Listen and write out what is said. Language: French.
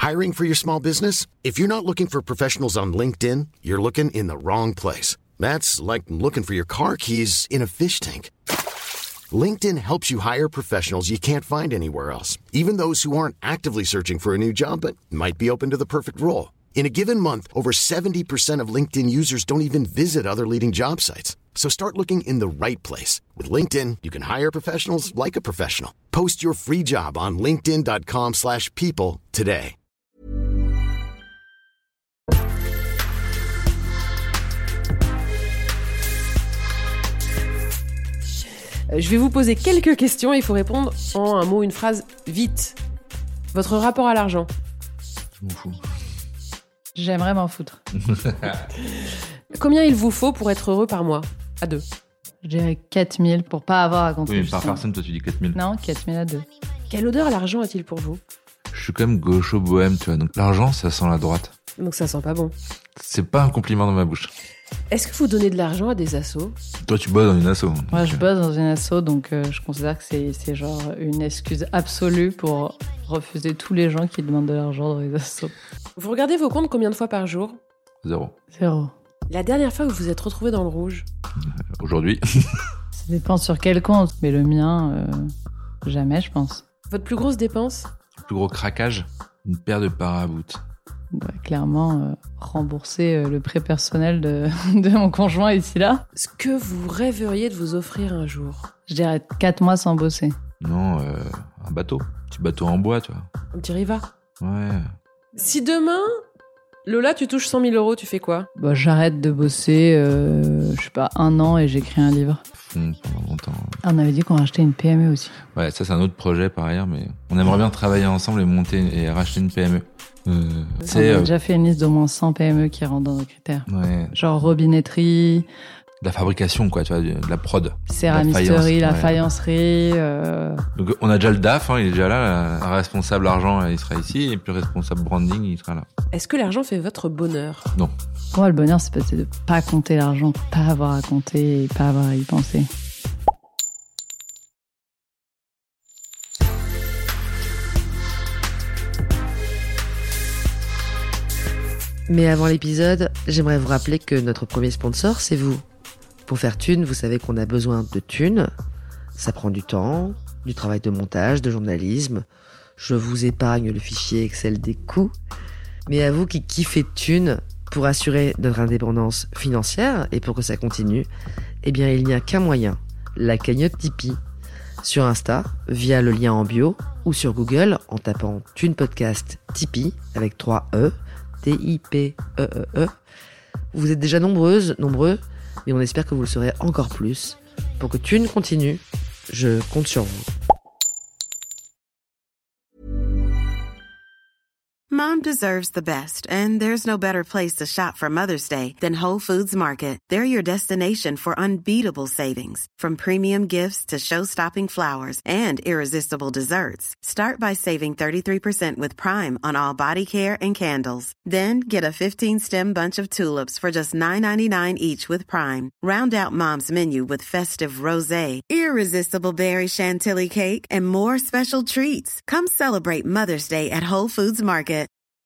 Hiring for your small business? If you're not looking for professionals on LinkedIn, you're looking in the wrong place. That's like looking for your car keys in a fish tank. LinkedIn helps you hire professionals you can't find anywhere else, even those who aren't actively searching for a new job but might be open to the perfect role. In a given month, over 70% of LinkedIn users don't even visit other leading job sites. So start looking in the right place. With LinkedIn, you can hire professionals like a professional. Post your free job on linkedin.com/people today. Je vais vous poser quelques questions et il faut répondre en un mot, une phrase, vite. Votre rapport à l'argent? Je m'en fous. J'aimerais m'en foutre. Combien il vous faut pour être heureux par mois? À deux. Je dirais 4000 pour pas avoir à Oui, compter. mais par personne, toi tu dis 4000. Non, 4000 à deux. Quelle odeur l'argent a-t-il pour vous? Je suis quand même gaucho bohème, tu vois. Donc l'argent, ça sent la droite. Donc ça sent pas bon. C'est pas un compliment dans ma bouche. Est-ce que vous donnez de l'argent à des assos? Toi, tu bosses dans une asso. Moi, je bosse dans une asso, donc je considère que c'est genre une excuse absolue pour refuser tous les gens qui demandent de l'argent dans les assos. Vous regardez vos comptes combien de fois par jour? 0. 0. La dernière fois que vous vous êtes retrouvé dans le rouge? Aujourd'hui. Ça dépend sur quel compte, mais le mien, jamais, je pense. Votre plus grosse dépense? Le plus gros craquage, une paire de paraboutes. Bah, clairement, rembourser le prêt personnel de mon conjoint ici là. Ce que vous rêveriez de vous offrir un jour? Je dirais 4 mois sans bosser. Non, un bateau. Petit bateau en bois, tu vois. Un petit riva? Ouais. Si demain, Lola, tu touches 100 000 euros, tu fais quoi? Bah, j'arrête de bosser, je sais pas, 1 an et j'écris un livre. Fond pendant longtemps. Ah, on avait dit qu'on rachetait une PME aussi. Ouais, ça c'est un autre projet par ailleurs, mais on aimerait bien travailler ensemble et monter et racheter une PME. On a déjà fait une liste d'au moins 100 PME qui rentrent dans nos critères. Ouais. Genre robinetterie, De la fabrication, quoi, tu vois, de la prod. céramisterie, la ouais. faïencerie. Donc on a déjà le DAF, il est déjà là, le responsable argent, il sera ici, et puis le responsable branding, il sera là. Est-ce que l'argent fait votre bonheur? Non. Pour moi, le bonheur, c'est peut-être de pas compter l'argent, pas avoir à compter et pas avoir à y penser. Mais avant l'épisode, j'aimerais vous rappeler que notre premier sponsor, c'est vous. Pour faire thune, vous savez qu'on a besoin de thunes. Ça prend du temps, du travail de montage, de journalisme. Je vous épargne le fichier Excel des coûts. Mais à vous qui kiffez thunes, pour assurer notre indépendance financière et pour que ça continue, eh bien il n'y a qu'un moyen, la cagnotte Tipeee. Sur Insta, via le lien en bio, ou sur Google en tapant Thune Podcast Tipeee avec 3 E. T-I-P-E-E-E. Vous êtes déjà nombreuses, nombreux, mais on espère que vous le serez encore plus. Pour que Thune continue, je compte sur vous. Mom deserves the best, and there's no better place to shop for Mother's Day than Whole Foods Market. They're your destination for unbeatable savings, from premium gifts to show-stopping flowers and irresistible desserts. Start by saving 33% with Prime on all body care and candles. Then get a 15-stem bunch of tulips for just $9.99 each with Prime. Round out Mom's menu with festive rosé, irresistible berry chantilly cake, and more special treats. Come celebrate Mother's Day at Whole Foods Market.